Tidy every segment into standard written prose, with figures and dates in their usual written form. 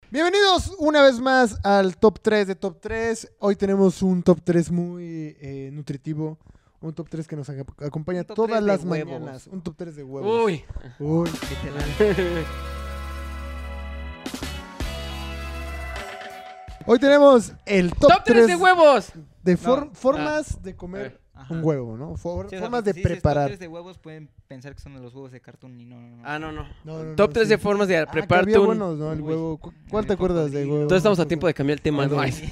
Bienvenidos una vez más al Top 3 de Top 3. Hoy tenemos un Top 3 muy nutritivo. Un Top 3 que nos acompaña todas las mañanas. Un Top 3 de huevos. Uy. Hoy tenemos el Top, ¡Top 3 de huevos! de formas de comer un huevo, ¿no? Formas de si preparar. Top 3 de huevos pueden pensar que son de los huevos de cartón y no. Ah, no. No, Top 3 sí. de formas de Que preparar había tu... buenos, ¿no? El huevo. ¿Cuál te El acuerdas de huevo? Entonces estamos a tiempo de cambiar el tema, ¿no? Ay, Ay.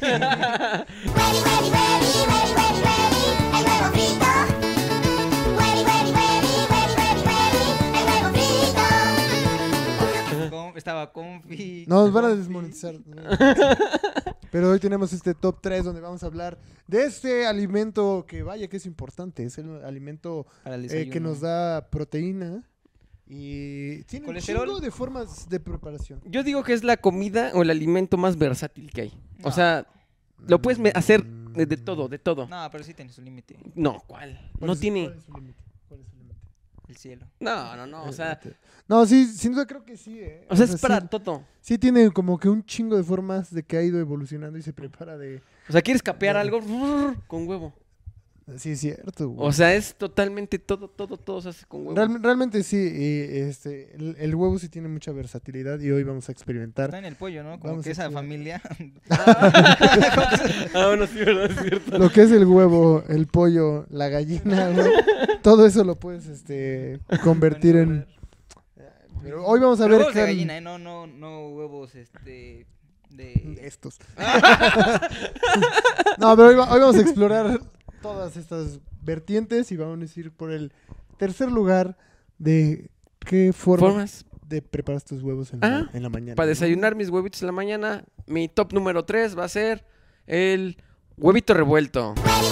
Estaba confi. Nos van a desmonetizar. Pero hoy tenemos este top 3 donde vamos a hablar de este alimento que vaya que es importante. Es el alimento Para el desayuno. que nos da proteína y tiene un ¿Colesterol? chingo de formas de preparación. Yo digo que es la comida o el alimento más versátil que hay. O sea, lo puedes hacer de todo, de todo. No, pero sí tiene su límite. No, ¿cuál? ¿Cuál No es- tiene... ¿Cuál es su límite? ¿Cuál es su límite? El cielo. No, o sea... No, sí, sin duda creo que sí. O sea, es sí, para todo. sí tiene como que un chingo de formas de que ha ido evolucionando y se prepara de... O sea, ¿quieres capear algo? Con huevo. Sí, es cierto, güey. O sea, es totalmente todo se hace con huevo. Realmente sí, el huevo sí tiene mucha versatilidad y hoy vamos a experimentar. Está en el pollo, ¿no? Como Vamos que a esa explorar. familia. Ah, bueno, sí, verdad, es cierto. Lo que es el huevo, el pollo, la gallina, güey, todo eso lo puedes convertir en... Pero hoy vamos a Pero ver huevos de qué- gallina, ¿eh? No huevos, de. estos. No, pero hoy vamos a explorar todas estas vertientes y vamos a ir por el tercer lugar de qué Formas de preparar tus huevos en la mañana. para desayunar mis huevitos en la mañana. Mi top número 3 va a ser el huevito revuelto.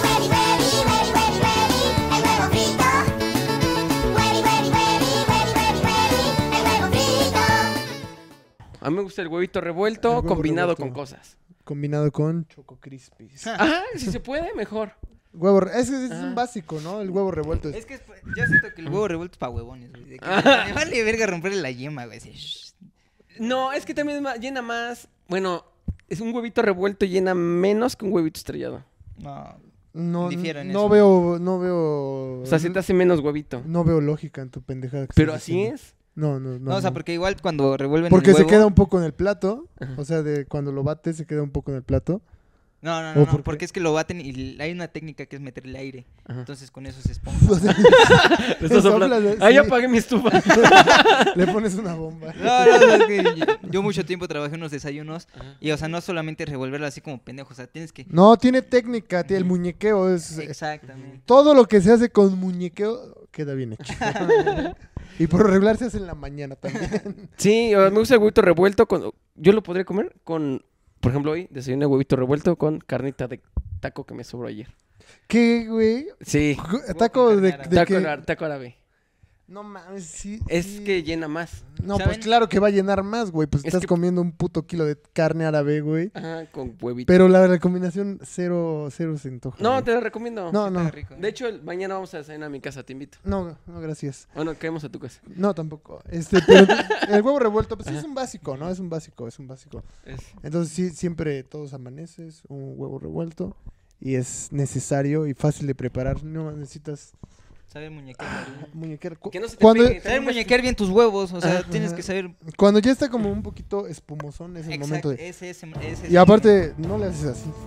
A mí me gusta el huevito revuelto El huevo combinado revuelto. con cosas. Combinado con Choco Crispies. Ah, si se puede, mejor. Es Ah. un básico, ¿no? El huevo revuelto. Es que yo siento que el huevo revuelto es para huevones, güey. De que me vale verga romperle la yema, güey. Así, No, es que también llena más. Bueno, es un huevito revuelto llena menos que un huevito estrellado. No, difiero en eso. No veo. O sea, se te hace menos huevito. No veo lógica en tu pendejada. Que Pero estás así haciendo. es. No, o sea, porque igual cuando revuelven Porque el se huevo... queda un poco en el plato. Ajá. O sea, de cuando lo bates se queda un poco en el plato. No, ¿O por qué? porque es que lo baten y hay una técnica que es meterle aire. Ajá. Entonces con eso se esponja. O sea, Te estás soplando. soplas, Ah, ya sí. apagué mi estufa. Le pones una bomba. No, es que yo mucho tiempo trabajé en unos desayunos y, o sea, no solamente revolverlo así como pendejo, o sea, tienes que... No, tiene técnica. El muñequeo es... Exactamente. Todo lo que se hace con muñequeo queda bien hecho. Y por lo regular se hace en la mañana también. Sí, me gusta el huevito revuelto. Yo lo podría comer con, por ejemplo, hoy desayuné huevito revuelto con carnita de taco que me sobró ayer. ¿Qué, güey? Sí, Taco con de carne qué? taco árabe. No mames, sí. Es sí. que llena más. No, ¿saben? pues claro que va a llenar más, güey. Pues Es estás que- comiendo un puto kilo de carne árabe, güey. Ajá, con huevito. Pero la combinación cero se antoja. No, güey. te lo recomiendo. No, Está no. rico, ¿eh? De hecho, mañana vamos a desayunar a mi casa, te invito. No, gracias. Bueno, caemos a tu casa. No, tampoco. Pero el huevo revuelto, pues sí es un básico, ¿no? Es un básico. Entonces sí, siempre todos amaneces, un huevo revuelto. Y es necesario y fácil de preparar. No necesitas Saber muñequear. muñequera. Que no se te Cuando, pegue. Saber muñequear bien tus huevos, o sea, Ajá. tienes que saber... cuando ya está como un poquito espumosón, es el Exacto, momento de... ese Y aparte, no le haces así.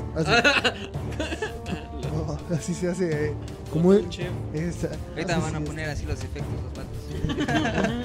No, así se hace como... Un chef. Ahorita así van a sí poner así los efectos, los vatos.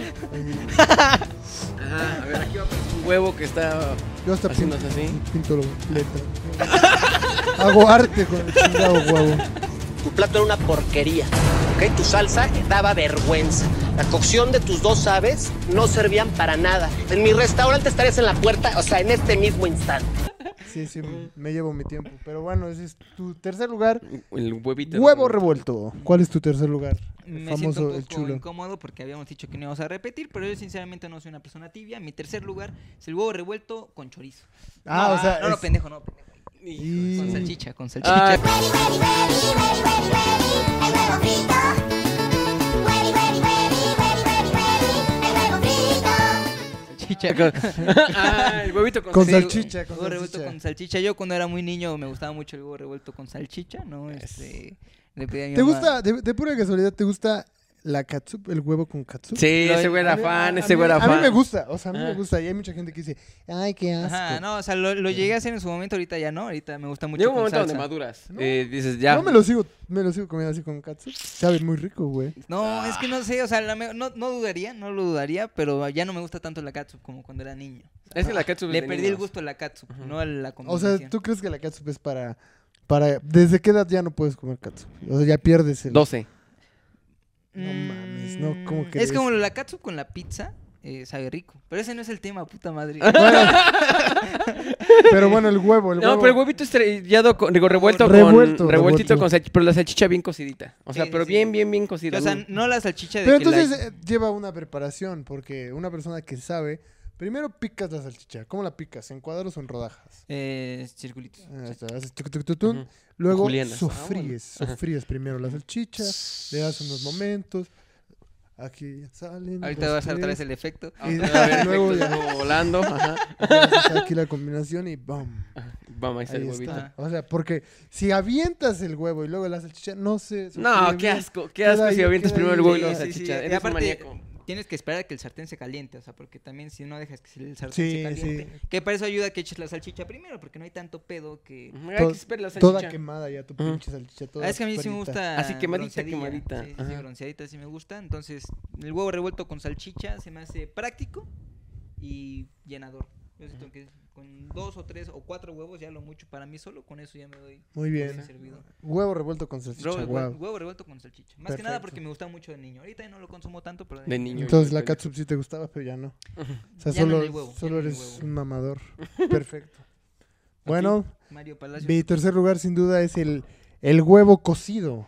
Ajá, a ver, aquí va a poner un huevo que está Yo hasta pinto, haciéndose así. pinto letra. Hago arte con el chingado huevo. Tu plato era una porquería, ¿ok? Tu salsa daba vergüenza. La cocción de tus dos aves no servían para nada. En mi restaurante estarías en la puerta, o sea, en este mismo instante. Sí, me llevo mi tiempo. Pero bueno, ese es tu tercer lugar. El huevito. Huevo revuelto. ¿Cuál es tu tercer lugar? El Me siento famoso, un el poco chulo. incómodo porque habíamos dicho que no íbamos a repetir, pero yo sinceramente no soy una persona tibia. Mi tercer lugar es el huevo revuelto con chorizo. Ah, No, o sea, No, es- pendejo, no, pendejo. Y- Con salchicha, con salchicha. Ah, salchicha. El huevito con Con Sí, salchicha, con huevo revuelto salchicha. con salchicha. Yo cuando era muy niño me gustaba mucho el huevo revuelto con salchicha, ¿no? Le pedí a mi ¿Te mamá- gusta, de pura casualidad, te gusta la catsup, el huevo con catsup? Sí, ese güey era A mí- fan, a ese mí- güey era fan. A mí me gusta, o sea, a mí Ah. me gusta. Y hay mucha gente que dice, ay, qué asco. Ajá, no, o sea, lo llegué a hacer en su momento, ahorita ya no, ahorita me gusta mucho Llega un con momento donde salsa. maduras. No. Dices, ya. No me lo sigo comiendo así con catsup. Sabe muy rico, güey. No, es que no sé, o sea, no lo dudaría, pero ya no me gusta tanto la catsup como cuando era niño. Es que la catsup es Le de perdí el niños. gusto a la catsup, no a la O combinación. sea, ¿tú crees que la catsup es para... ¿Desde qué edad ya no puedes comer catsup? O sea, ya pierdes el... 12. No mames, no, ¿cómo Es crees? como la catsup con la pizza, sabe rico. Pero ese no es el tema, puta madre. Pero bueno, el huevo, No, pero el huevito estrellado, digo, revuelto Revuelto, con... Revueltito revuelto. con salchicha, pero la salchicha bien cocidita. O sea, Sí, pero sí. bien cocida. O sea, no la salchicha de Pero que la- entonces lleva una preparación, porque una persona que sabe, primero picas la salchicha. ¿Cómo la picas? ¿En cuadros o en rodajas? circulitos. Ah, está, haces tuc, tuc, tuc, tuc. Ujú. Luego Julianas. sofríes primero la salchicha, le das unos momentos. Aquí ya salen. Ahorita dos, vas a hacer otra vez tres, el efecto. Ah, Y a ver, luego efectos ya- como volando. Ajá. ya haces aquí la combinación y ¡bum! Vamos, ahí está Ahí el huevito. está. O sea, porque si avientas el huevo y luego la salchicha, no se No, sofríe qué bien. asco. Qué Queda asco si ahí, avientas queda primero el ahí. huevo y luego Sí, la sí, salchicha. sí. Y Eres un aparte, maníaco. tienes que esperar a que el sartén se caliente, o sea, porque también si no dejas que el sartén Sí, se caliente, sí. que para eso ayuda que eches la salchicha primero, porque no hay tanto pedo que... Ujú, Hay To- que esperar la Toda salchicha. quemada ya tu Ujú. pinche salchicha. Toda es que a mí sí me frita. gusta Así quemadita, bronceadilla. quemadita. Sí, sí, Ajá. bronceadita sí me gusta. Entonces, el huevo revuelto con salchicha se me hace práctico y llenador. Yo siento que con 2 o 3 o 4 huevos ya lo mucho para mí solo, con eso ya me doy Muy bien. por servido. Huevo revuelto con salchicha. Huevo, Wow. revuelto con salchicha. Más que nada Perfecto. porque me gusta mucho de niño. Ahorita ya no lo consumo tanto, pero De niño. Entonces yo la creo. catsup sí te gustaba, pero ya no. O sea, Ya no solo, en el huevo, solo ya no en el eres huevo. un mamador. Perfecto. Bueno, Mario Palacios. mi tercer lugar sin duda es el huevo cocido.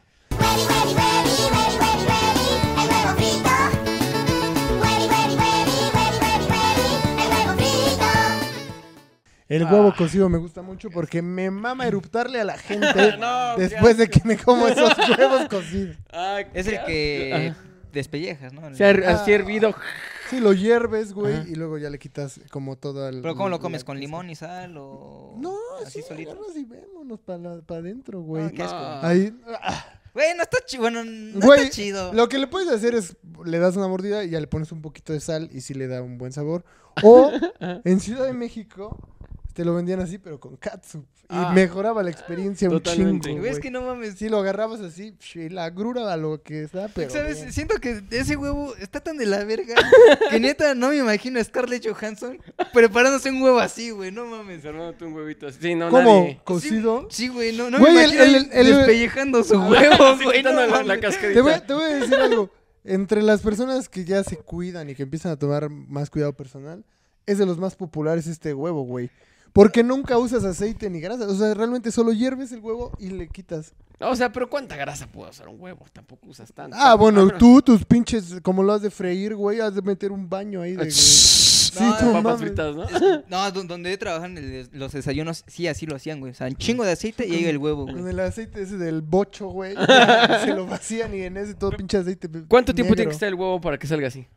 El huevo cocido me gusta mucho porque me mama eruptarle a la gente No, después de que me como esos huevos cocidos. Ah, Es qué el que asco. despellejas, ¿no? Ajá. Se ha así hervido. Sí, lo hierves, güey, Ajá. y luego ya le quitas como toda el... ¿Pero cómo lo la comes? ¿Con cosa. limón y sal o...? No, así sí, solito. agarras y vémonos para adentro, güey. Ah, qué asco. No. Ahí... Güey, no está chido. Bueno, no Güey, está chido. Lo que le puedes hacer es, le das una mordida y ya le pones un poquito de sal y sí le da un buen sabor. O en Ciudad de México te lo vendían así, pero con catsup. Y Ah. mejoraba la experiencia un Totalmente. chingo, Güey, es güey. que no mames. Sí, lo agarrabas así, y la grura a lo que está, pero ¿Sabes? bien. Siento que ese huevo está tan de la verga que neta no me imagino a Scarlett Johansson preparándose un huevo así, güey. No mames. Desarmándote un huevito así. Sí, no, ¿Cómo? nadie. ¿Cocido? Sí, güey, no Güey, me el- imagino el- despellejando su Ah, huevo, sí, güey. No quitando la mames. cascarita. Te voy a decir algo. Entre las personas que ya se cuidan y que empiezan a tomar más cuidado personal, es de los más populares este huevo, güey. Porque nunca usas aceite ni grasa. O sea, realmente solo hierves el huevo y le quitas. O sea, pero ¿cuánta grasa puede usar un huevo? Tampoco usas tanto. Ah, bueno, bueno. tú, tus pinches, como lo has de freír, güey, has de meter un baño ahí de... Sí, No, tú Papas mames. fritas, ¿no? No, donde yo trabajaba en los desayunos, sí, así lo hacían, güey. O sea, un chingo de aceite y ahí el huevo, Con güey. el aceite ese del bocho, güey. ya se lo vacían y en ese todo pinche aceite. ¿Cuánto tiempo tiene negro. que estar el huevo para que salga así?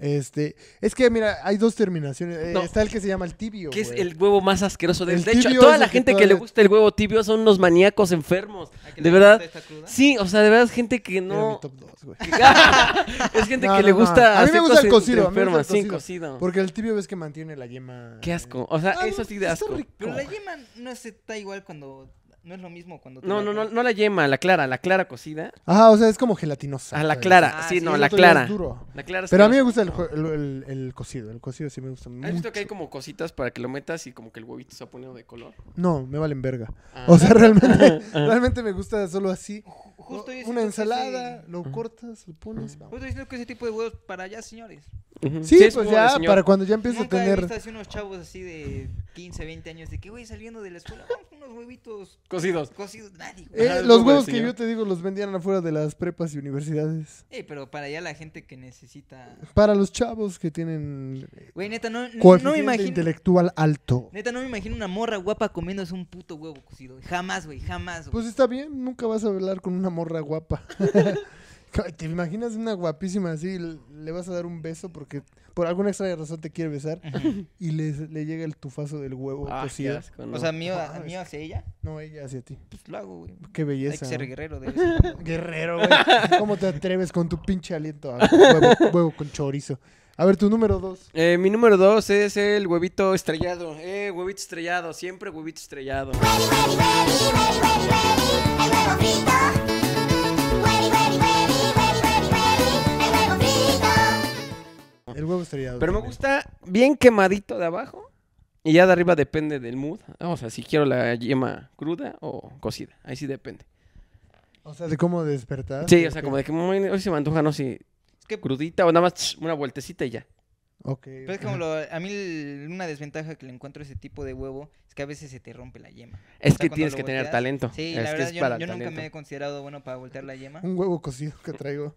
Es que mira, hay dos terminaciones. No. Está el que se llama el tibio, ¿Qué es güey. el huevo más asqueroso del El De hecho, tibio toda es la el que gente que todavía- le gusta el huevo tibio son unos maníacos enfermos. ¿A que De la verdad. fruta está cruda? Sí, o sea, de verdad, gente que Era mi no. top 2, güey. Es gente No, que no, le no. gusta. A mí me hacer gusta el cosas cocido, a mí me gusta enfermas. el Sí, cocido. cocido. Porque el tibio ves que mantiene la yema. Qué asco. O sea, eso sí de está asco. rico. Pero la yema no se está igual cuando... No es lo mismo cuando... te No, la no, no, comes. no la yema, la clara cocida. Ajá, o sea, es como gelatinosa. Ah, la ¿sabes? clara, Ah, sí, sí, no, El la otro ya es clara. duro. La clara es Pero a mí me asquerosa. gusta el cocido. El cocido sí me gusta mucho. ¿Has visto que hay como cositas para que lo metas y como que el huevito se va poniendo de color? No, me valen verga. Ah. O sea, realmente me gusta solo así. Justo yo Una siento que ensalada, ese- lo cortas, lo pones. vamos. Justo diciendo que ese tipo de huevos para allá, señores. Ujú. Sí, es pues huevo de ya, señor. para cuando ya empieces a Nunca he tener... visto así unos chavos así de 15, 20 años de que, güey, saliendo de la escuela, vamos con unos huevitos Cocidos. cocidos. Nadie, güey. Ajá, es los huevo de huevos que señor. yo te digo los vendían afuera de las prepas y universidades. Pero para allá la gente que necesita... Para los chavos que tienen Güey, neta, no me coeficiente imagino... intelectual alto. Neta, no me imagino una morra guapa comiéndose un puto huevo cocido. Jamás, güey, jamás, güey. Pues está bien, nunca vas a hablar con una morra guapa. ¿Te imaginas una guapísima así? Le vas a dar un beso porque por alguna extraña razón te quiere besar y le llega el tufazo del huevo cocido. Asco, ¿no? O sea, mío hacia ella, No, ella hacia ti. pues lo hago, güey. Qué belleza. Hay que ser ¿no? guerrero de eso. Guerrero, güey. ¿Cómo te atreves con tu pinche aliento a huevo con chorizo? A ver, tu número 2. Mi número 2 es el huevito estrellado. Huevito estrellado, siempre huevito estrellado. El huevo estrellado. Pero me también. gusta bien quemadito de abajo. Y ya de arriba depende del mood. O sea, si quiero la yema cruda o cocida. Ahí sí depende. O sea, de cómo despertar. Sí, o sea, como de que hoy se me antoja, no sé, Es que, crudita o nada más una vueltecita y ya. Ok. pero es como a mí una desventaja que le encuentro a ese tipo de huevo es que a veces se te rompe la yema. Es O sea, que cuando tienes lo que tener volteas- talento. Sí, Es la que verdad, es para yo nunca talento. me he considerado bueno para voltear la yema. Un huevo cocido que traigo.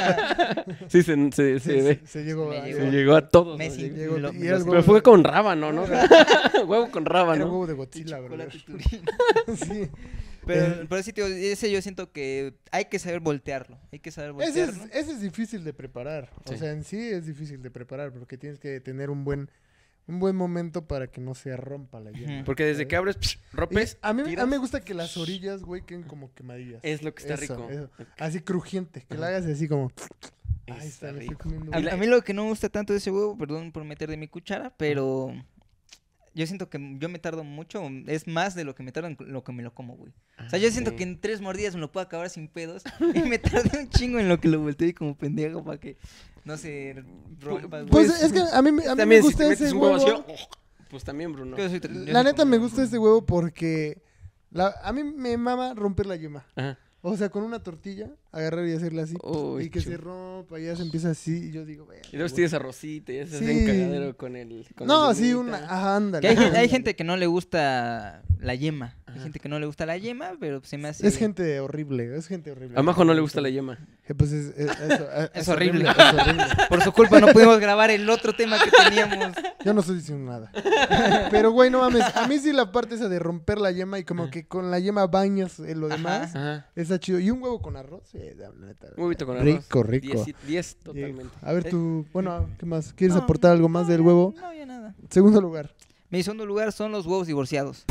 Sí, se ve. Se llegó. Me a- llegó. Se llegó a todos. Me ¿no? sin- llegó- lo- y era el los- huevo Pero fue con rábano, ¿no? Huevo con Era rábano. huevo de Godzilla, ¿verdad? Chocolate Turín. Sí. Pero sí, tío, ese yo siento que hay que saber voltearlo. Hay que saber voltearlo. Ese es difícil de preparar. O Sí. sea, en sí es difícil de preparar porque tienes que tener un buen momento para que no se rompa la yema. Ujú. Porque desde que abres, Y rompes. a mí tiras. me gusta que las orillas, güey, queden como quemadillas. Es lo que está Eso, rico. eso. Así crujiente, que la hagas así como... Ahí Está está, me estoy rico. comiendo A, un- a mí lo que no me gusta tanto de ese huevo, perdón por meter de mi cuchara, pero yo siento que yo me tardo mucho, es más de lo que me tardo en lo que me lo como, güey. O sea, yo siento sí. que en 3 mordidas me lo puedo acabar sin pedos y me tardé un chingo en lo que lo volteé como pendejo para que no se rompa, güey. Pues es que a mí me También si gusta te ese metes un huevo. huevo así, pues también, Bruno. Yo soy La neta me gusta este huevo porque a mí me mama romper la yema. Ajá. O sea, con una tortilla, agarrar y hacerla así. Uy, y que se rompa, y ya se empieza así. Y yo digo, "Vea, Y luego güey". tienes arrocito y ya se hace Sí. un cagadero con el. No, la sí, yemita. una. Ajá, ándale. Que hay, ándale. hay gente que no le gusta la yema. Hay Ajá. gente que no le gusta la yema, pero se me hace... Es gente horrible, es gente horrible. A Majo no le gusta la yema. Pues Es horrible. es horrible. Por su culpa no pudimos grabar el otro tema que teníamos. Yo no estoy diciendo nada. Pero, güey, no mames. A mí sí la parte esa de romper la yema y como que con la yema bañas lo Ajá. demás. Ajá. Está chido. Y un huevo con arroz. Sí, la neta. Un huevito con arroz. Rico, rico. 10 totalmente. A ver, tú, bueno, ¿qué más? ¿Quieres No, aportar algo más del huevo? No, ya nada. Segundo lugar. Mi segundo lugar son los huevos divorciados.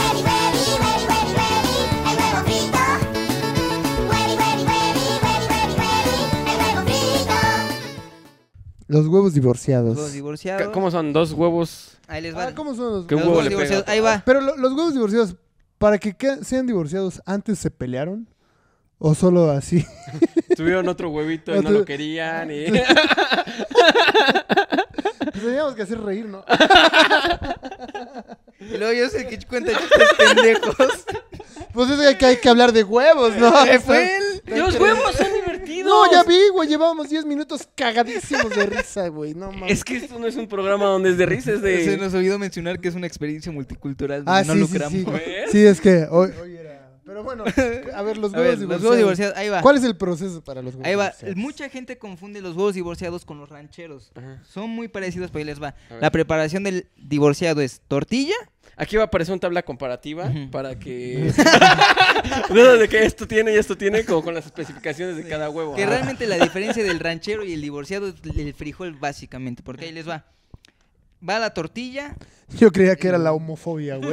Los huevos divorciados. Los huevos divorciados. ¿Cómo son? ¿Dos huevos? Ahí les va. Ah, ¿cómo son los ¿Qué Los huevo huevos le pega? divorciados. Ahí va. Pero los huevos divorciados, ¿para que sean divorciados antes se pelearon? ¿O solo así? Tuvieron otro huevito y No, no tú- lo querían. Y... Pues teníamos que hacer reír, ¿no? Y luego yo sé que cuenta chistes pendejos. Pues es que hay que hablar de huevos, ¿no? Fue él. ¡Los huevos son divertidos! No, ya vi, güey. Llevábamos 10 minutos cagadísimos de risa, güey. No mames. Es que esto no es un programa donde es de risa, es Se de... nos olvidó mencionar que es una experiencia multicultural. Ah, No sí, lucramos. sí, sí. ¿Ves? Sí, es que hoy era... Pero bueno, a ver, los A huevos ver, los divorciados. huevos divorciados. Ahí va. ¿Cuál es el proceso para los huevos Ahí va. divorciados? Mucha gente confunde los huevos divorciados con los rancheros. Ajá. Son muy parecidos, pero ahí les va. A ver. La preparación del divorciado es tortilla. Aquí va a aparecer una tabla comparativa Ujú. para que... No, de que esto tiene y esto tiene, como con las especificaciones de cada huevo. Que Ah. realmente la diferencia del ranchero y el divorciado es el frijol, básicamente. Porque ahí les va. Va la tortilla. Yo creía que era la homofobia, güey.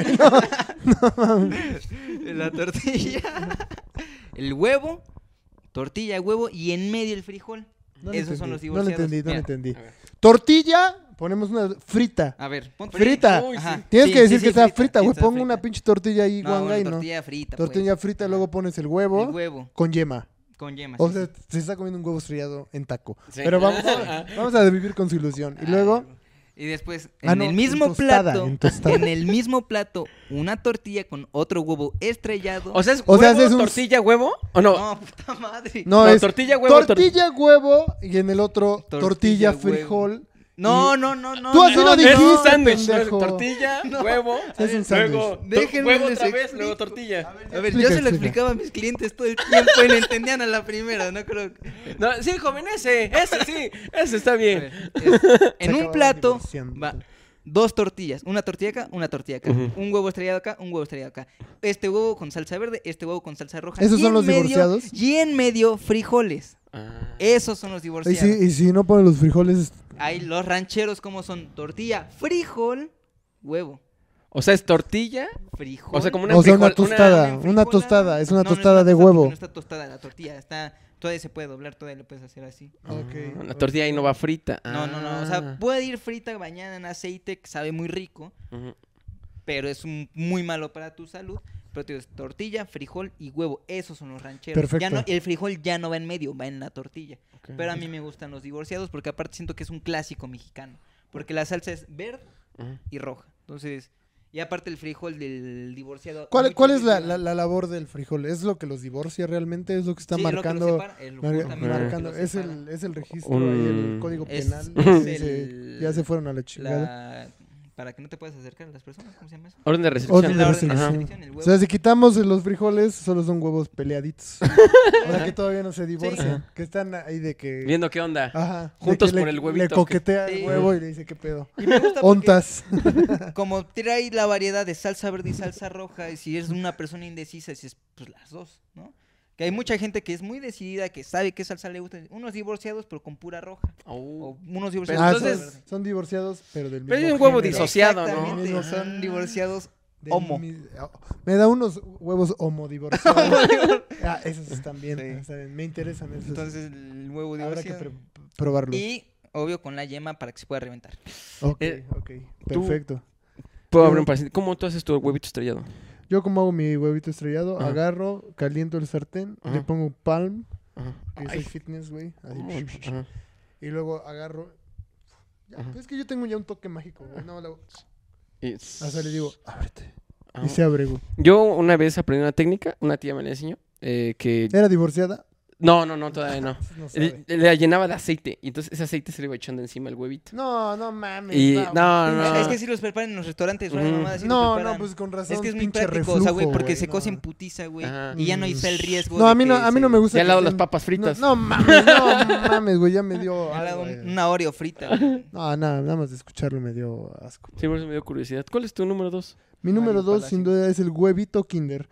La tortilla. El huevo. Tortilla, huevo. Y en medio el frijol. No le Esos son entendí, los No divorciados. lo entendí, no lo Mira, entendí. A ver. Tortilla, ponemos una frita. A ver, pon Frita. Uy, Ajá. sí. Tienes Sí, que decir sí, que sí, está frita, sí, güey. está Pongo frita. una pinche tortilla ahí, No, guanga, y no. tortilla frita. Tortilla frita, y luego pones el huevo, El huevo con yema. con yemas. O sea, se está comiendo un huevo estrellado en taco. Sí. Pero vamos a vivir con su ilusión. Y luego, Y después, Ah, en no, el mismo en tostada, plato, en tostada. en el mismo plato, una tortilla con otro huevo estrellado. O sea, ¿es O sea, huevo, haces un- tortilla, huevo? ¿O no? No, puta madre. no, No, es tortilla, huevo, tortilla, huevo, y en el otro, tortilla, Tortilla, huevo. frijol. No, y- no, no, no. Tú así no, lo es dijiste, un sándwich, pendejo. tortilla, huevo, Es un luego sándwich. Déjenme huevo les otra vez, explico. luego tortilla. A ver, Explica, yo se lo explica. explicaba a mis clientes todo el tiempo y lo entendían a la primera, no creo. No, sí, joven, ese sí, ese está A bien. ver, en Se un acabaron plato divorciando. va 2 tortillas, una tortilla acá, una tortilla acá, Ujú. un huevo estrellado acá, un huevo estrellado acá. Este huevo con salsa verde, este huevo con salsa roja. ¿Esos Y son en los medio- divorciados? Y en medio, frijoles. Ah. Esos son los Y divorciados. si no ponen los frijoles, Hay los rancheros como son tortilla, frijol, huevo. O sea, es tortilla. Frijol. O sea, como una o sea, una frijol- tostada, frijolada. una tostada, es una No, tostada de tostada huevo. porque no está tostada la tortilla, todavía se puede doblar, todavía lo puedes hacer así. Ok, La tortilla ahí no va frita. No, o sea, puede ir frita, bañada en aceite, que sabe muy rico, Ujú. pero es muy malo para tu salud. Pero te digo, es tortilla, frijol y huevo, esos son los rancheros. Perfecto. Ya no, el frijol ya no va en medio, va en la tortilla. Ok. Pero a mí me gustan los divorciados porque aparte siento que es un clásico mexicano. Porque la salsa es verde Ujú. y roja. Entonces, y aparte el frijol del divorciado. ¿Cuál muchos es la dicen- labor del frijol? ¿Es lo que los divorcia realmente? ¿Es lo que está Sí, es lo que los marcando? separa, justamente lo que marcando. los Es separa. el registro Un- ahí, el código Es- penal. es que dice, el- ya se fueron a la chingada. Para que no te puedas acercar a las personas, ¿cómo se llama eso? Orden de Orden recepción. de La orden de recepción. recepción, el O huevo. sea, si quitamos los frijoles, solo son huevos peleaditos. O sea, que todavía no se divorcian. Que están ahí de que... Viendo qué onda. Ajá. de Juntos que por el huevito, Le coquetea Sí. el huevo y le dice, ¿qué pedo? Y me gusta porque Ontas. como trae la variedad de salsa verde y salsa roja, y si eres una persona indecisa, dices, pues las dos, ¿no? Que hay mucha gente que es muy decidida, que sabe qué salsa le gusta. Unos divorciados, pero con pura roja. Oh. O unos divorciados Ah, con entonces- salsa verde. son divorciados, pero del mismo Pero hay un huevo género. disociado, ¿no? Exactamente, Mismo son divorciados Del homo. Me da unos huevos homodivorciados. Esos están bien, Sí. están bien. Me interesan esos. Entonces, el huevo Habrá que divorciado. probarlos. Y, obvio, con la yema para que se pueda reventar. Ok, tú- perfecto. Puedo Yo- abrir un paréntesis. ¿Cómo tú haces tu huevito estrellado? Yo como hago mi huevito estrellado, Ajá. agarro, caliento el sartén, Ajá. le pongo palm, Ajá. que Ay, soy fitness, güey. así, ajá. Y luego agarro... Ya, Ajá. pues es que yo tengo ya un toque mágico, güey. No, Y- hasta le digo, ábrete. Ah. Y se abre, güey. Yo una vez aprendí una técnica, una tía me la enseñó, que... ¿Era divorciada? No, todavía no. No sabe. La llenaba de aceite y entonces ese aceite se le iba echando encima el huevito. No mames. Y no. Es que si los preparan en los restaurantes, una Ujú. mamada así los No, preparan. pues con razón. Es que es muy pinche práctico, o sea, güey, reflujo, porque se no. cose en putiza, güey. Ajá. Y ya no está el riesgo. No, de a mí no, que a mí no se- me gusta. Y al lado que las estén- papas fritas. No mames, güey, ya me dio. Al lado algo, güey. una Oreo frita. güey. No, nada más de escucharlo me dio asco. Sí, por eso me dio curiosidad. ¿Cuál es tu número 2? Mi número Mario 2 Palacio. sin duda es el huevito Kinder.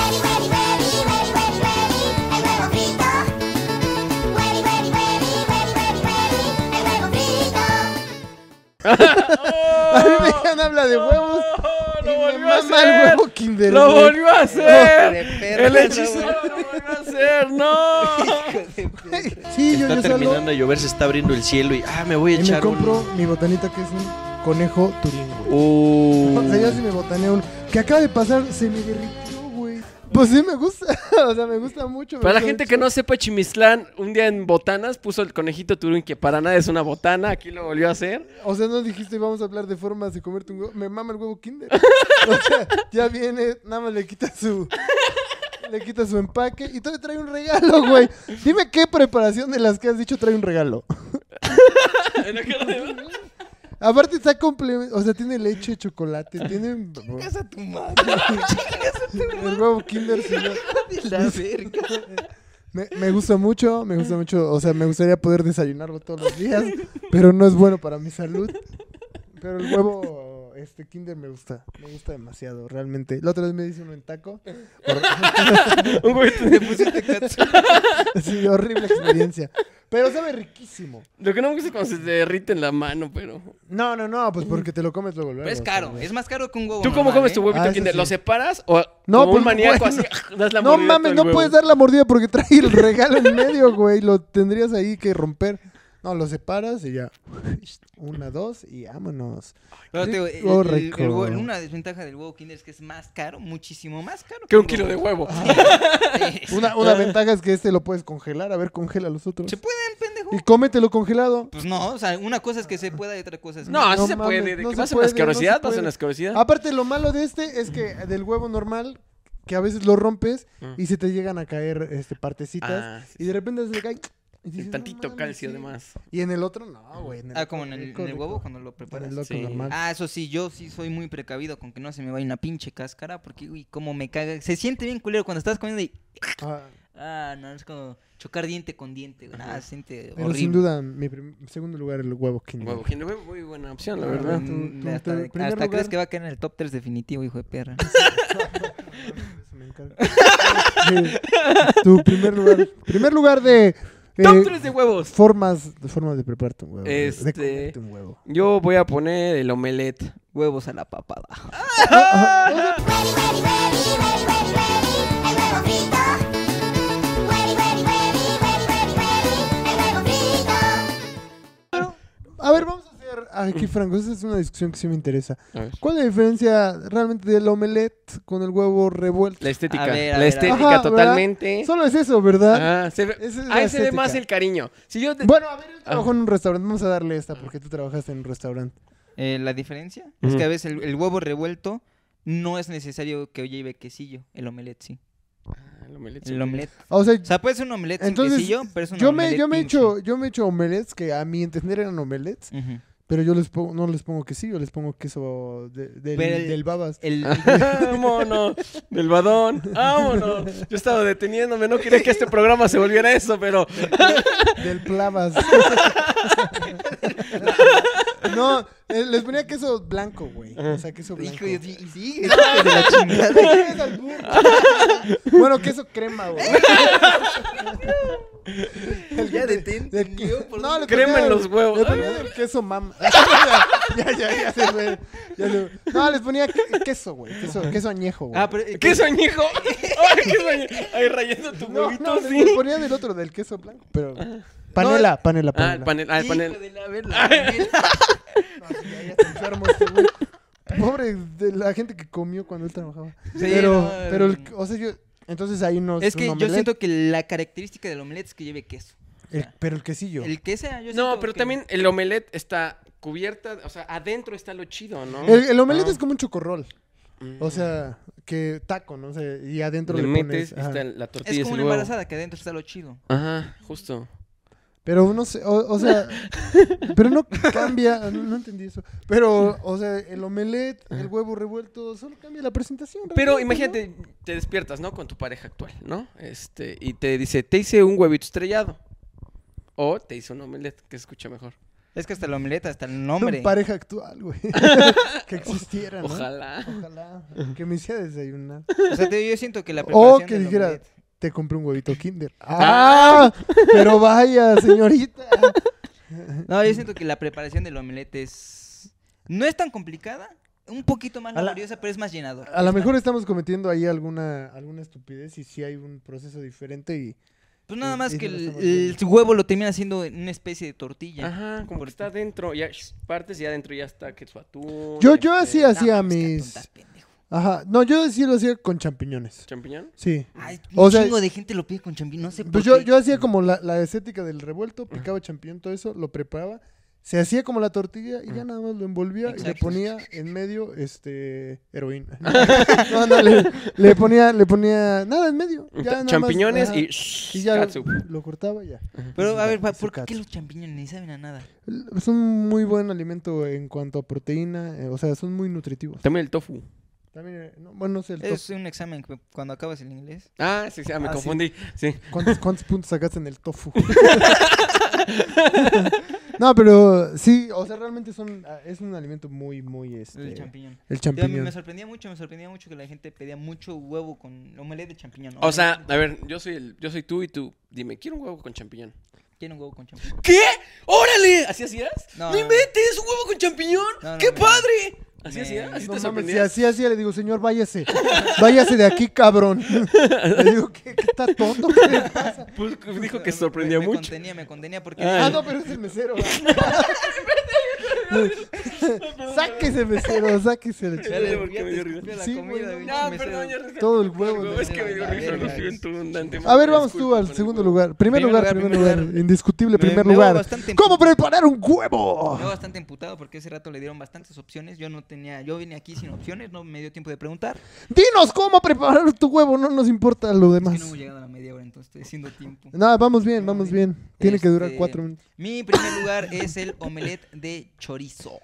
A mí me dejan habla de huevos. y me mama el huevo Kinder. ¡Lo güey. volvió a hacer! De perra, ¡El esa, hechicero lo volvió a hacer! ¡No! Hijo de perra. Sí, yo Está solo. terminando de llover, se está abriendo el cielo y me voy a Y me echar compro un... mi botanita que es un conejo turín, güey. O sea, yo sí me botané uno. Que acaba de pasar, se me derritió, güey. Pues sí me gusta. O sea, me gusta mucho. me Para la gusta gente mucho. que no sepa, Chimislán, un día en botanas puso el conejito Turín, que para nada es una botana. Aquí lo volvió a hacer. O sea, no dijiste vamos a hablar de formas de comerte un huevo. Me mama el huevo Kinder. O sea, ya viene, nada más le quita su empaque y todavía trae un regalo, güey. Dime qué preparación de las que has dicho trae un regalo. Aparte está complemento, o sea, tiene leche, chocolate, tiene Chingas a tu madre. el huevo Kinder, señor. De la verga. Me gusta mucho, o sea, me gustaría poder desayunarlo todos los días, pero no es bueno para mi salud. Pero el huevo Kinder me gusta demasiado, realmente. La otra vez me hice uno en taco. Un huevito. Le pusiste katsu. Sí, horrible experiencia. Pero sabe riquísimo. Lo que no me gusta es cuando se te derrite en la mano, pero... No, pues porque te lo comes luego. Pero es caro, es más caro que un huevo. ¿Tú cómo normal, comes tu ¿eh? huevito Ah, eso Kinder? sí. ¿Lo separas o No, como pues, un maníaco bueno. así das la No mordida a todo mames, el no huevo? puedes dar la mordida porque trae el regalo en medio, güey. Lo tendrías ahí que romper. No, lo separas y ya. 1, 2 y vámonos. Pero te digo, Rico, rico. una desventaja del huevo Kinder es que es más caro, muchísimo más caro. Que un kilo de huevo. Sí. Una ventaja es que lo puedes congelar. A ver, congela los otros. ¿Se pueden, pendejo? Y cómetelo congelado. Pues no, o sea, una cosa es que se pueda y otra cosa es que No, así No se mames, puede. ¿De no que se vas a una puede, asquerosidad? no se ¿Vas a puede. una asquerosidad? Aparte, lo malo de este es que del huevo normal, que a veces lo rompes y se te llegan a caer partecitas. Ah, sí, Y de repente se le cae. Y Y dices, tantito "No mames, calcio, sí". además. Y en el otro, no, güey. como en el huevo cuando lo preparas. En el loco Sí. normal. Ah, eso sí, yo sí soy muy precavido con que no se me vaya una pinche cáscara, porque, uy, como me caga. Se siente bien culero cuando estás comiendo y Ah, Ah, no, es como chocar diente con diente. Ah, siente Pero horrible. sin duda, mi segundo lugar, el huevo Kinder. Huevo Kinder, muy buena opción, la Ah, verdad. Hasta, primer hasta lugar. crees que va a caer en el top 3 definitivo, hijo de perra. Se me encarga. Sí, tu primer lugar de Top 3 de huevos. formas de prepararte un huevo. De Este- comerte un huevo. Yo voy a poner el omelette. Huevos a la papada. A ver, vamos a hacer aquí, Franco, esa es una discusión que sí me interesa. A ver. ¿Cuál es la diferencia realmente del omelette con el huevo revuelto? La estética. A ver, la a ver. estética Ajá, ¿verdad? totalmente. Solo es eso, ¿verdad? Ah, se ve, Esa es la ahí se ve estética. más el cariño. Si yo te- Bueno, a ver, él trabajó en un restaurante. Vamos a darle esta porque tú trabajaste en un restaurante. La diferencia es Ujú. que a veces el huevo revuelto no es necesario que lleve quesillo. El omelette sí. El omelette. El omelette. O sea, O sea, puede ser un omelette entonces, sin quesillo, pero es un yo me omelette he hecho omelettes que a mi entender eran omelettes, Ujú. pero yo no les pongo quesillo, les pongo queso del Pero babas. Vámonos, del badón, vámonos. Yo estaba deteniéndome, no quería que este programa se volviera eso, pero Del plavas. No, les ponía queso blanco, güey. O sea, queso blanco. Hijo, sí, de la chingada. Bueno, queso crema, güey. Ya detente, tío, por No, le crema ponía- en los huevos. Le ponía del queso mam. Ya se fue. No, les ponía queso, güey. Queso añejo, güey. Ah, pero queso añejo. Ay, queso añejo. Ahí rayando tu No, huevito, no, sí. le ponía del otro, del queso blanco. Pero. Panela. Ah, el panel, el hijo panel. de la verga. No, sí, ya está enfermo este güey. Pobre de la gente que comió cuando él trabajaba. Sí, pero, no, pero, o sea, entonces ahí no Es un que yo omelette, siento que la característica del omelette es que lleve queso. pero el quesillo. El queso, yo No, siento pero que- también el omelette está cubierta, o sea, adentro está lo chido, ¿no? El omelette Ah. es como un chocorrol. Mm. O sea, que taco, ¿no? O sea, y adentro le le metes, pones. ajá. está la tortilla Es y como el una huevo. embarazada que adentro está lo chido. Ajá, justo. Pero no sé, o sea, pero no cambia, no entendí eso. Pero, o sea, el omelette, el huevo revuelto, solo cambia la presentación. Pero realmente, imagínate, te despiertas, ¿no? Con tu pareja actual, ¿no? Y te dice, te hice un huevito estrellado. O te hice un omelette, que se escucha mejor. Es que hasta el omelette, hasta el ¿no? nombre. Pareja actual, güey. Que existiera, ¿no? Ojalá. Ojalá. Que me hiciera desayunar. O sea, yo siento que la O preparación que del dijera, omelette- te compré un huevito Kinder. ¡Ah! Pero vaya, señorita. No, yo siento que la preparación del omelette no es tan complicada, un poquito más A la- laboriosa, pero es más llenador. A lo mejor estamos cometiendo ahí alguna estupidez y sí hay un proceso diferente y... Pues nada más y que no lo estamos el viendo. huevo lo termina haciendo en una especie de tortilla. Ajá, como que está adentro, ya partes y adentro ya está que su atún. Yo así No, hacía mames, que mis... tontas, pendejo. Ajá. No, yo sí lo hacía con champiñones. ¿Champiñón? Sí. Ay, O un sea, chingo de gente lo pide con champiñón, no sé por Pues qué. yo hacía como la estética del revuelto, picaba champiñón, todo eso, lo preparaba. Se hacía como la tortilla y ya nada más lo envolvía y le Exacto. ponía en medio, heroína. No, le ponía nada en medio. Ya nada más, Champiñones ajá. y ya catsup. lo cortaba y ya. Pero a ver, Su ¿por qué catsup. los champiñones ni saben a nada? Es un muy buen alimento en cuanto a proteína, o sea, son muy nutritivos. También el tofu. También, bueno, no sé, Es un examen que cuando acabas el inglés. Ah, sí, me Ah, sí. confundí. Sí. ¿Cuántos puntos sacaste en el tofu? No, pero sí, o sea, realmente es un alimento muy, El champiñón. el Yo, champiñón. me sorprendía mucho que la gente pedía mucho huevo con omelette de champiñón. O sea, a ver, yo soy tú y tú. Dime, quiero un huevo con champiñón. Tiene un huevo con champiñón. ¿Qué? ¡Órale! ¿Así hacías? No, ¡No no, inventes! ¿Un huevo con champiñón? No, ¡Qué no, padre! ¿Así me- hacías? ¿Así No te mames, si sorprendías? así hacía, le digo, señor, váyase. Váyase de aquí, cabrón. Le digo, ¿qué está tonto? ¿Qué le pasa? Pues dijo que se sorprendía me mucho. Me contenía porque... Ah, Ah, no, pero es el mesero. Sáquese, mesero, sáquese. la Ya chingada. le- porque me dio risa. escupió la Sí, comida, güey, güey, No, me perdón, cedo. ya Todo el huevo. Es que me dio risa, lo Verga. siento de antemano. A ver, vamos tú Disculpa al por el segundo huevo. lugar. Primer lugar. Indiscutible primer Me veo lugar. bastante ¿Cómo emputado. preparar un huevo? Yo bastante emputado porque ese rato le dieron bastantes opciones. Yo vine aquí sin opciones, no me dio tiempo de preguntar. Dinos cómo preparar tu huevo, no nos importa lo Es demás. que no hemos llegado a la media hora, entonces estoy haciendo tiempo. No, vamos bien, vamos bien. Tiene que durar Este, 4 minutos. Mi primer lugar es el omelette de chorizo.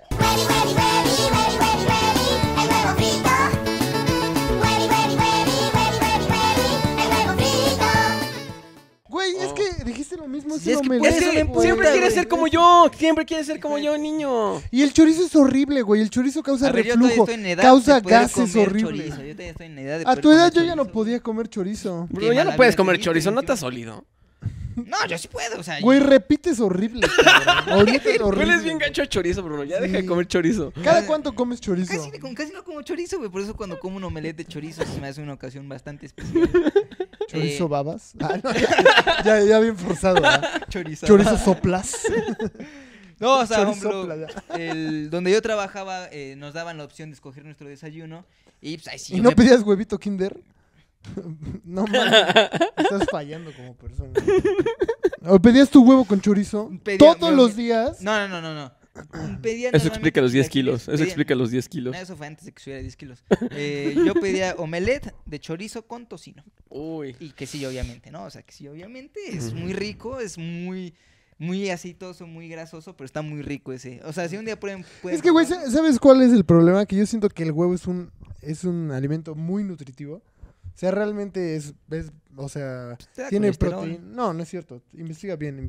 me por Es eso gusta, que me güey. siempre emputa, quiere güey. ser como yo. Siempre quiere ser como yo, niño. Y el chorizo es horrible, güey. El chorizo causa A ver, yo todavía reflujo, estoy en edad causa de poder gases comer horribles. chorizo. Yo todavía estoy en edad de A poder tu edad comer yo ya no chorizo, podía comer chorizo. Bro, Qué ya no mala puedes vida comer te chorizo, no diste, te has olido. No, yo sí puedo, o sea. Güey, repites horrible, cabrón. Ahorita es horrible. Hueles bien gancho a chorizo, Bruno. Ya deja de Sí. comer chorizo. ¿Cada cuánto comes chorizo? Casi no como chorizo, güey. Por eso cuando como un omelette de chorizo se me hace una ocasión bastante especial. ¿Chorizo babas? Ah, no, ya bien forzado, ¿verdad? Chorizo. Chorizo soplas. No, o sea, por Chorizopla, ejemplo, donde yo trabajaba nos daban la opción de escoger nuestro desayuno. Y pues ahí sí. ¿Y yo no me- pedías huevito Kinder? No mames, estás fallando como persona. ¿O pedías tu huevo con chorizo Pedía- todos yo- los días? No. Pedía Eso explica los 10 normalmente kilos. Eso pedía- explica los 10 kilos. No, eso fue antes de que subiera 10 kilos. Yo pedía omelette de chorizo con tocino. Uy. Y quesillo, obviamente, ¿no? O sea, quesillo, obviamente, es muy rico, es muy aceitoso, muy grasoso, pero está muy rico ese. O sea, si un día pueden Es que, güey, probar- ¿sabes cuál es el problema? Que yo siento que el huevo es un alimento muy nutritivo. O sea, realmente o sea, te da tiene colesterol. proteína. No es cierto. Investiga bien.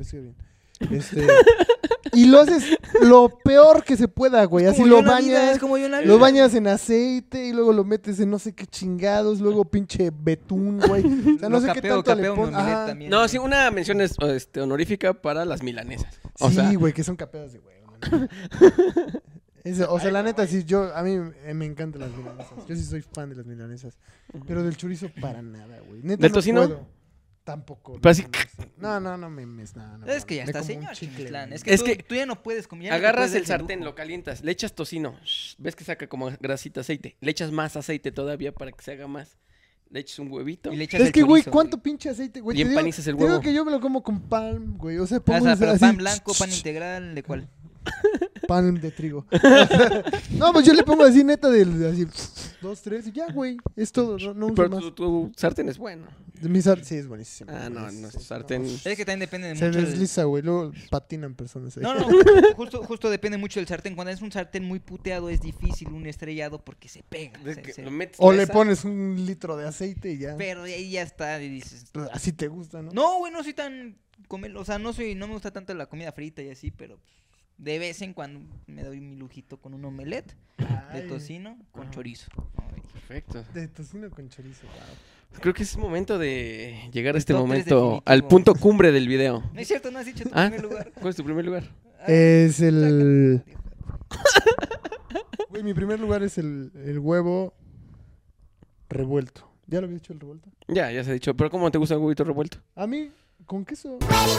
Y lo haces lo peor que se pueda, güey. Es Así como lo yo en la vida, bañas. es como yo en la Lo vida. bañas en aceite y luego lo metes en no sé qué chingados, luego pinche betún, güey. O sea, no Lo sé qué capeo tanto le mi pones. omelette Ajá. también. No, sí, una mención es honorífica para las milanesas. O Sí, sea, güey, que son capeadas de huevo. ¿no? O sea, la neta, sí, a mí me encantan las milanesas. Yo sí soy fan de las milanesas. Pero del chorizo para nada, güey. Neta, ¿Del no tocino? puedo. Tampoco. Pero así- No, memes, nada. No, Es que ya me está, como un señor chicle, Chimislán. güey. Es Es que que tú ya no puedes comer. ya no te agarras puedes dar el ese sartén, lujo. lo calientas, le echas tocino. ¿Ves que saca como grasita, aceite? Le echas más aceite todavía para que se haga más. Le echas un huevito. Y le echas Es el que, güey, chorizo, ¿cuánto pinche aceite, güey? Y Te digo- empanizas el te digo huevo. que yo me lo como con pan, güey. O sea, O pongo sea, pero así, pan blanco, pan integral, ¿de cuál? pan de trigo. No, pues yo le pongo así, neta, así, 2, 3, y ya, güey. Es todo, no uso Pero más. tu sartén es bueno. Sí, es buenísimo. Ah, no, Sí, nuestro sí, sartén. Es que también depende de Se mucho. desliza, güey. Luego patinan personas ahí. No, justo depende mucho del sartén. Cuando es un sartén muy puteado es difícil un estrellado porque se pega. Es que lo metes O la le esa- pones 1 litro de aceite y ya. Pero de ahí ya está y dices... Así te gusta, ¿no? No, güey, no soy tan... O sea, no me gusta tanto la comida frita y así, pero pues, de vez en cuando me doy mi lujito con un omelette de Ay, tocino con chorizo. Ay, Perfecto. de tocino con chorizo, wow. Creo que es momento de llegar a este top tres momento, definitivo. al punto cumbre del video. No es cierto, no has dicho tu Ah, primer lugar. ¿cuál es tu primer lugar? Es el... Güey, mi primer lugar es el huevo revuelto. ¿Ya lo había dicho el revuelto? Ya se ha dicho. Pero ¿cómo te gusta el huevito revuelto? A mí, con queso.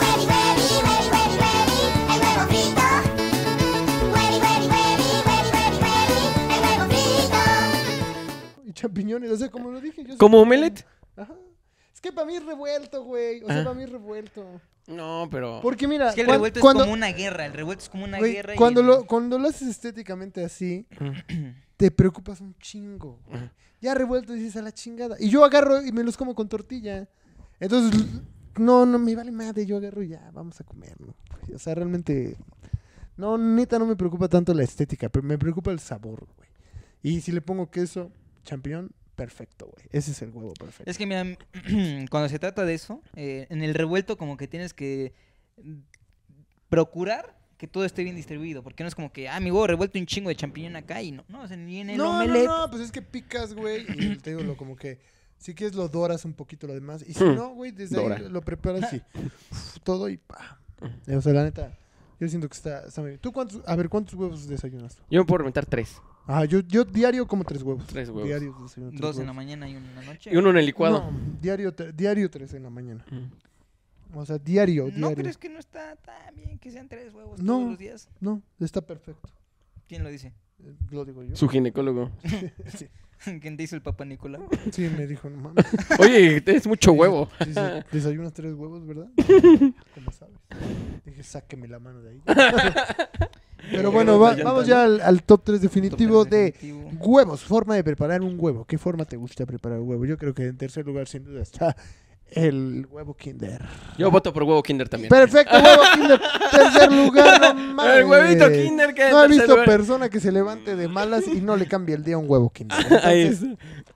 Y champiñones, o sea, como lo dije. Yo soy ¿Como fan. omelette? Ajá. Es que para mí es revuelto, güey. O sea, Ah. para mí es revuelto. No, pero... Porque mira, Es que el cuan- revuelto cuando, es como una guerra. El revuelto es como una güey, guerra. cuando, y cuando lo haces estéticamente así, te preocupas un chingo. Güey. Ya revuelto dices a la chingada. Y yo agarro y me los como con tortilla. Entonces, no me vale madre. Yo agarro y ya, vamos a comer, ¿no? O sea, realmente, no, neta, no me preocupa tanto la estética, pero me preocupa el sabor, güey. Y si le pongo queso, champiñón, perfecto, güey. Ese es el huevo perfecto. Es que mira, cuando se trata de eso, en el revuelto como que tienes que procurar que todo esté bien distribuido, porque no es como que, mi huevo revuelto y un chingo de champiñón acá y no, o sea, ni en el omelette. No, pues es que picas, güey, y te digo, como que si quieres lo doras un poquito lo demás, y si no, güey, desde Dora. ahí lo preparas y todo y pa. O sea, la neta, yo siento que está muy bien. ¿Tú cuántos huevos desayunas tú? Yo me puedo reventar 3. Yo diario como 3 huevos. 3 huevos. Diario desayuno 3 2 en huevos. la mañana y 1 en la noche. Y uno en el licuado. No, diario 3 en la mañana. O sea, diario. ¿No crees que no está tan bien que sean 3 huevos No. todos los días? No, está perfecto. ¿Quién lo dice? Lo digo yo. Su ginecólogo. Sí, ¿Quién te hizo el papá Nicolás? sí, me dijo, no mames. Oye, es mucho huevo. Dice, desayunas 3 huevos, ¿verdad? ¿Cómo sabes? Dije, sáqueme la mano de ahí. Pero bueno, vamos ya al top 3 definitivo de huevos. Forma de preparar un huevo. ¿Qué forma te gusta preparar un huevo? Yo creo que en tercer lugar, sin duda, está el huevo Kinder. Yo voto por huevo Kinder también. Perfecto, huevo Kinder. Tercer lugar, no mames. El huevito Kinder que No he en tercer visto lugar. persona que se levante de malas y no le cambie el día a un huevo Kinder. Ahí Entonces,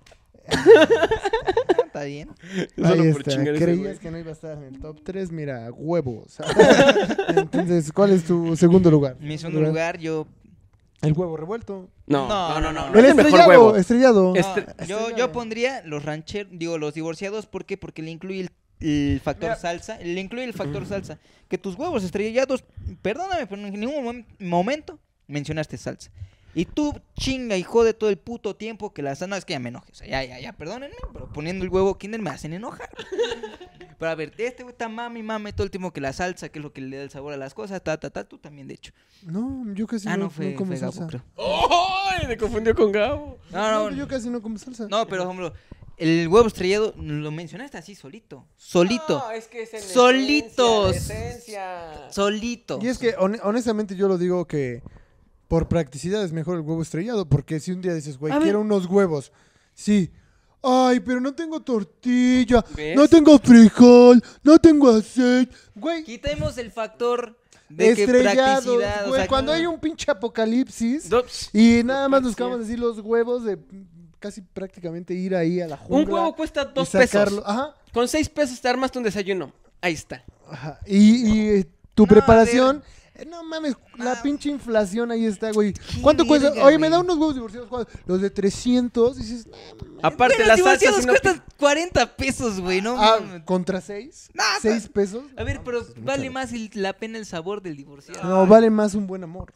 Está bien. Solo Ahí por está. chingar ese Creías güey. que no iba a estar en el top 3, mira, huevos. Entonces, ¿cuál es tu segundo lugar? Mi segundo lugar, yo... El huevo revuelto. No. El es el mejor estrellado, huevo. estrellado. No, Estrellado. yo pondría los rancheros, digo, los divorciados, ¿por qué? Porque le incluye el factor Mira. salsa, le incluye el factor salsa. Que tus huevos estrellados, perdóname, pero en ningún momento mencionaste salsa. Y tú chinga y jode todo el puto tiempo que la salsa, no, es que ya me enoje, o sea, ya, perdónenme, pero poniendo el huevo Kinder me hacen enojar. Pero a ver, este güey está mami todo el tiempo que la salsa, que es lo que le da el sabor a las cosas, tú también, de hecho. No, yo casi No, no fue como Gabo, salsa. creo. ¡Ay! Me confundió con Gabo. No, Yo casi no como salsa. no, pero, hombre, el huevo estrellado lo mencionaste así, solito. No, es que es en Solitos. esencia. Solito. Y es que honestamente yo lo digo que por practicidad es mejor el huevo estrellado, porque si un día dices, güey, A ver. quiero unos huevos, sí. Ay, pero no tengo tortilla, ¿Ves? no tengo frijol, no tengo aceite. Güey, Quitemos el factor de que estrellados, practicidad, o güey. sea, Cuando hay un pinche apocalipsis Dos. y nada más nos acabamos de decir los huevos de casi prácticamente ir ahí a la jungla. Un huevo cuesta y 2 sacarlo. pesos. Ajá. Con 6 pesos te armas tu desayuno. Ahí está. Ajá. Y tu No, preparación. No mames, la No. pinche inflación ahí está, güey. ¿Cuánto verga, cuesta? Oye, me güey. da unos huevos divorciados. ¿Cuánto? Los de 300. Y dices, Aparte, Güey, las los salsas divorciados si no cuestan 40 pesos, güey, ¿no? mames. ¿contra 6? No, 6 pesos. A ver, pero pues, vale más la pena el sabor del divorciado. No, vale más un buen amor.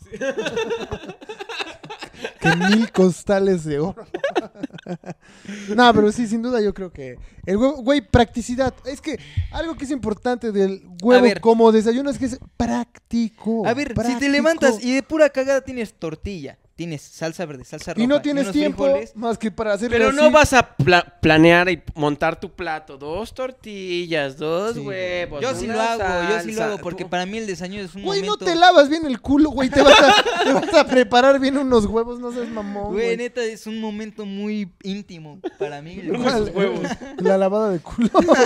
Que 1000 costales de oro. No, pero sí, sin duda yo creo que el huevo, güey, practicidad. Es que algo que es importante del huevo ver. como desayuno es que es práctico. A ver, si te práctico. levantas y de pura cagada tienes tortilla, tienes salsa verde, salsa roja Y no tienes unos tiempo frijoles, más que para hacer Pero no vas a planear y montar tu plato. 2 tortillas, 2 Sí, huevos. yo sí una lo hago, yo sí lo salsa. hago, porque Tú- para mí el desayuno es un Güey, no momento... te lavas bien el culo, güey. Te vas a preparar bien unos huevos, no seas mamón, Güey, güey. neta, es un momento muy íntimo para mí. ¿Cuál? La lavada de culo.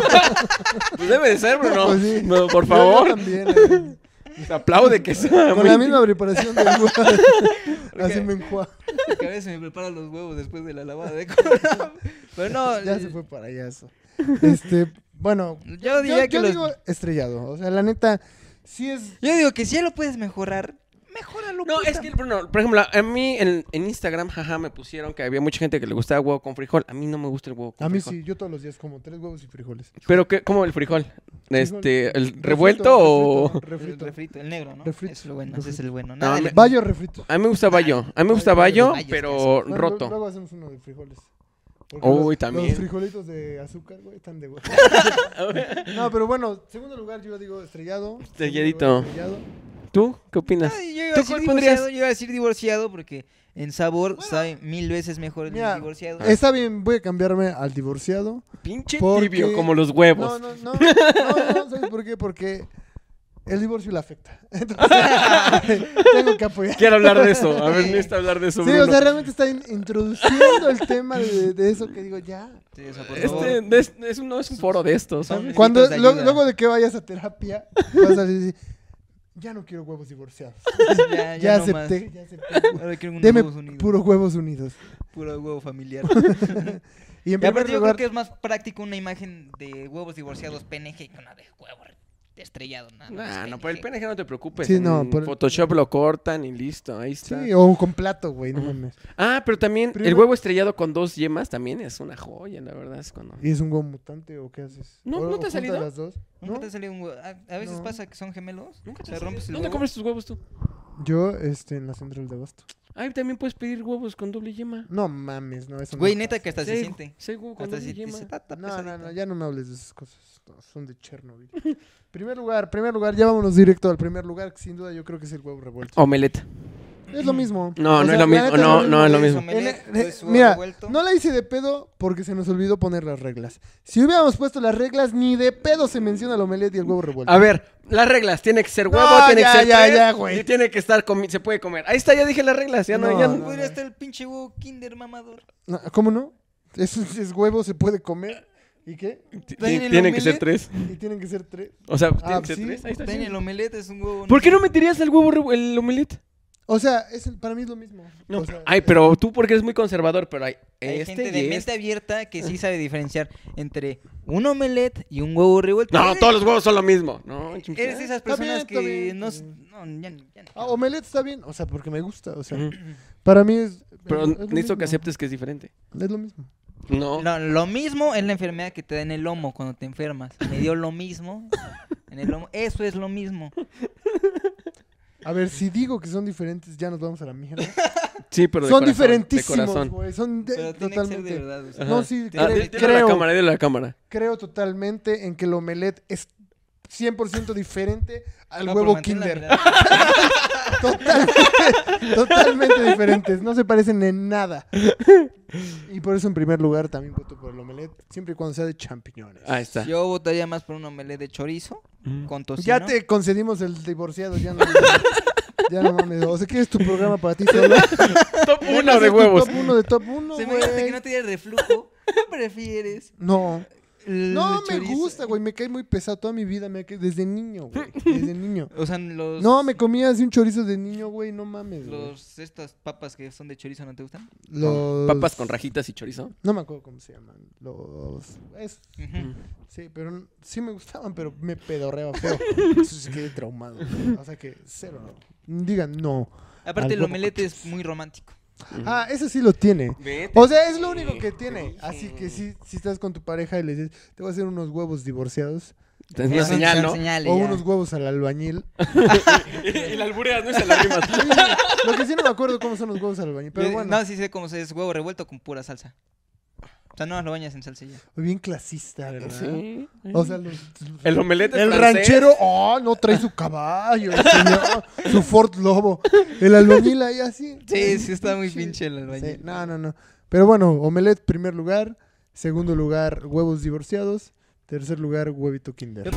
Pues debe de ser, pero no. Pues sí. No, por Yo favor. también, Aplaude que sea. con muy- la misma preparación del huevo. Así me enjuaga. Que a veces me preparo los huevos después de la lavada de culo. Pero no, Ya se fue para allá eso. Bueno, yo diría que yo los... digo estrellado. O sea, la neta, sí es. Yo digo que si ya lo puedes mejorar, mejóralo. No, puta. es que, Bruno, por ejemplo, a mí en Instagram, jaja, me pusieron que había mucha gente que le gustaba huevo con frijol. A mí no me gusta el huevo con A mí frijol. sí, yo todos los días como 3 huevos y frijoles. Pero, ¿cómo el frijol? Frijol. ¿El revuelto o...? El Refrito. refrito, el negro, ¿no? Refrito. Es lo bueno, ese es Refrito. el bueno. No, Nada me- de- Bayo refrito. A mí me gusta bayo. A mí me gusta bayo, Bayo es pero Bueno, roto. Luego hacemos uno de frijoles. Porque Uy, también. Los frijolitos de azúcar, güey, están de huevo. No, pero bueno, segundo lugar yo digo estrellado. Estrelladito. Segundo lugar, estrellado. ¿Tú? ¿Qué opinas? Ay, yo iba a ¿Tú decir cuál pondrías? divorciado, yo iba a decir divorciado porque en sabor sabe 1000 veces mejor el Mira, divorciado. Está bien, voy a cambiarme al divorciado. Pinche Porque- tibio, como los huevos. No, ¿sabes por qué? Porque el divorcio le afecta. Entonces, tengo que apoyar. Quiero hablar de eso. A ver, necesito hablar de eso, Sí, Bruno. o sea, realmente está introduciendo el tema de eso que digo, ya. Sí, o sea, por favor. No es un foro de esto, Son- ¿sabes? Cuando, Necesitas ayuda. luego de que vayas a terapia, vas a decir, ya no quiero huevos divorciados. Ya no más. acepté, ya acepté. Ahora quiero unos Deme huevos unidos. puros huevos unidos. Puro huevo familiar. Y en Y aparte primer yo lugar, creo que es más práctico una imagen de huevos divorciados PNG que una de huevo estrellado. No, por el PNG no te preocupes. Sí, en no, por el- Photoshop lo cortan y listo, ahí está. sí, o con plato, güey, no mames. Ah, pero también el Primero- huevo estrellado con 2 yemas también es una joya, la verdad. Es cuando... ¿Y es un huevo mutante o qué haces? No, ¿O- ¿no te ha o juntas salido? las dos? ¿Nunca ¿No? te ha salido un huevo? A veces No. pasa que son gemelos. ¿Nunca te Se has rompes salido? el ¿Dónde huevo. compras tus huevos tú? Yo, en la central de abasto. Ay, también puedes pedir huevos con doble yema. No mames, no, eso no. Güey, neta que hasta se Sí, siente. sí, huevo con Hasta doble se yema. dice, "Ta, No, pesadito". ya no me hables de esas cosas. No, son de Chernobyl. primer lugar, ya vámonos directo al primer lugar, que sin duda yo creo que es el huevo revuelto. Omelette. Es lo mismo. No, O no sea, es lo la mismo, neta no es lo Pues, mismo. omelette, En- pues, huevo mira, revuelto. no la hice de pedo porque se nos olvidó poner las reglas. Si hubiéramos puesto las reglas, ni de pedo se menciona el omelette y el huevo revuelto. A ver, las reglas. Tiene que ser huevo, No, tiene ya, que ser ya, 3, ya, güey. y tiene que estar se puede comer. Ahí está, ya dije las reglas. Ya no, No, ya no. no. Podría estar el pinche huevo Kinder mamador. No, ¿cómo no? Es huevo, se puede comer. ¿Y qué? Tienen que ser omelette? 3. Y tienen que ser 3. O sea, Ah, tienen que ser sí. 3. Ahí está. Está en sí. el omelette, es un huevo. ¿Por qué no meterías el huevo el omelette? O sea, para mí es lo mismo. No, O sea, ay, pero tú porque eres muy conservador, pero hay gente y de mente este. abierta que sí sabe diferenciar entre un omelette y un huevo revuelto. No, todos los huevos son lo mismo. No, Eres de esas Está personas bien, que está no... bien. No, ya no. omelette está bien, o sea, porque me gusta, o sea, Ujú. para mí es Pero lo necesito mismo. que aceptes que es diferente. Es lo mismo. No. No, lo mismo es la enfermedad que te da en el lomo cuando te enfermas. Me dio lo mismo en el lomo. Eso es lo mismo. A ver, si digo que son diferentes, ya nos vamos a la mierda. Sí, pero de Son corazón, de diferentísimos, corazón. güey, son Pero tiene que ser totalmente. de verdad. o sea. No, sí, Ah, dile a la cámara, dile a la cámara. creo totalmente en que el omelette es 100% diferente al No, huevo pero mantén la Kinder. mirada. Totalmente diferentes, no se parecen en nada. Y por eso en primer lugar también voto por el omelette, siempre y cuando sea de champiñones. Ahí está. Yo votaría más por un omelette de chorizo con tocino. Ya te concedimos el divorciado, ya no, ya no mames. O sea, ¿quieres tu programa para ti solo? Top Ven a 1 hacer de tu huevos. Top 1 de top 1, Se me hace que güey. no te diera reflujo. ¿Qué prefieres? No. El No, me chorizo. gusta, güey. Me cae muy pesado toda mi vida. Desde niño, güey. Desde niño. O sea, los... No, me comía así un chorizo de niño, güey. No mames, güey. Estas papas que son de chorizo, ¿no te gustan? Los... Papas con rajitas y chorizo. No me acuerdo cómo se llaman. Ujú. Sí, pero sí me gustaban, pero me pedorreaba feo. Eso sí quedé traumado. O sea que cero. Digan no. Aparte, el huevo omelette con es muy romántico. Ah, eso sí lo tiene. Vete. O sea, es lo único que Te tiene. dije. Así que si estás con tu pareja y le dices, te voy a hacer unos huevos divorciados. Es una señal, ¿no? Señales, O ya. unos huevos al albañil. Y la albureas, no se la rimas. Sí, lo que sí no me acuerdo cómo son los huevos al albañil. Pero bueno, No, sí sé cómo es huevo revuelto con pura salsa. O sea, no lo bañas en salsa y ya. bien clasista, ¿verdad? Sí. O sea, El omelette es el francés. ranchero, no trae su caballo, el señor, su Ford Lobo. El albañil ahí así. Sí, sí está muy Sí. pinche el albañil. Sí, no. Pero bueno, omelette primer lugar. Segundo lugar, huevos divorciados. Tercer lugar, huevito Kinder.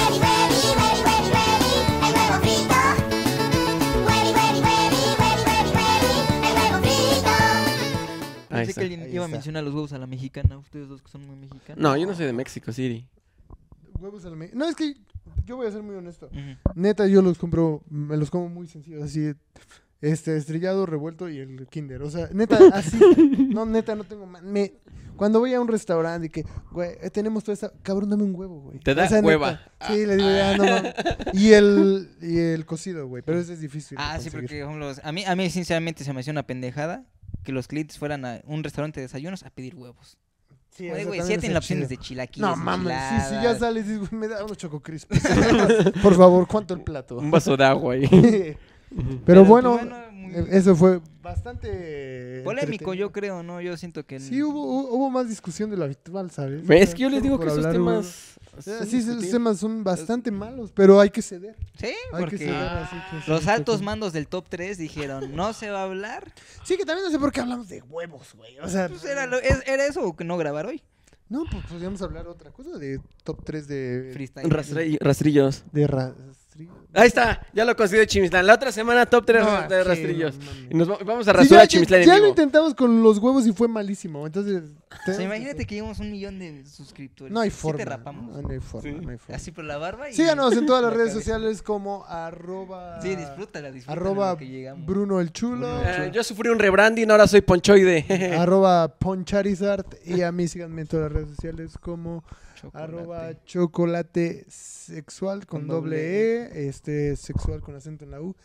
Ahí Pensé está. que alguien Ahí iba a está. mencionar los huevos a la mexicana. Ustedes dos que son muy mexicanos. No, yo no soy de México City. Huevos al No, es que yo voy a ser muy honesto. Ujú. Neta, yo los compro, me los como muy sencillos, así, estrellado, revuelto y el Kinder. O sea, neta, así. No, neta, no tengo más. Cuando voy a un restaurante y que, güey, tenemos toda esta. Cabrón, dame un huevo, güey. Te da neta, hueva. sí, le digo, ya, no mames. Y el cocido, güey. Pero ese es difícil. de Ah, sí, conseguir. porque por ejemplo, a mí sinceramente se me hacía una pendejada que los clientes fueran a un restaurante de desayunos a pedir huevos. Sí, Oye, eso güey, también sí está tienen la opción chido. de chilaquiles, No mames, sí, ya enchiladas. sales y dices, güey, me da unos Choco Crisp. Por favor, ¿cuánto el plato? Un vaso de agua ahí. Pero bueno, muy eso fue bastante polémico, yo entretenido. creo, ¿no? Yo siento que... Sí, hubo más discusión de lo habitual, ¿sabes? Es que yo les Solo digo por que esos hablar, temas... Sí, esos temas son bastante malos, pero hay que ceder. Sí, Hay que porque ceder, así que sí, los está altos cool. mandos del top 3 dijeron, no se va a hablar. Sí, que también no sé por qué hablamos de huevos, güey. O sea, Pues era eso o que no grabar hoy. no, pues podríamos hablar otra cosa de top 3 de Freestyle. Rastrillos. de rastrillos. Ahí está, ya lo consideré Chimislán. La otra semana top 3 No, de sí, rastrillos. no mames. Y nos vamos a Sí, rasurar a Chimislán en ya lo vivo. intentamos con los huevos y fue malísimo. Entonces, O sea, imagínate que llevamos 1 millón de suscriptores. no hay Sí forma. te rapamos. No hay forma, Sí. no hay forma. Así por la barba y... Síganos en todas las la redes cabeza. sociales como arroba... Sí, disfrútala de Arroba lo que llegamos. Bruno el Chulo. Yo sufrí un rebranding, ahora soy Ponchoide. arroba Poncharizard. Y a mí síganme en todas las redes sociales como Chocolate. arroba chocolate sexual con doble E, sexual con acento en la U.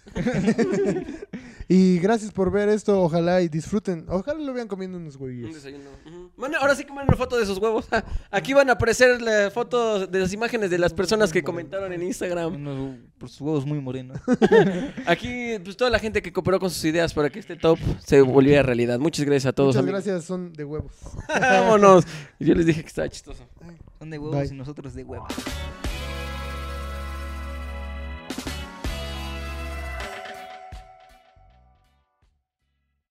Y gracias por ver esto, ojalá y disfruten, ojalá lo vean comiendo unos Un huevillos. desayuno. Ujú. Bueno, ahora sí que manden una foto de esos huevos. Aquí van a aparecer las fotos de las imágenes de las personas que comentaron en Instagram. Unos por sus huevos muy morenos. Aquí, pues toda la gente que cooperó con sus ideas para que este top se volviera realidad. Muchas gracias a todos, Muchas amigos. gracias, son de huevos. Vámonos. Yo les dije que estaba chistoso. Son de huevos Bye. y nosotros de hueva.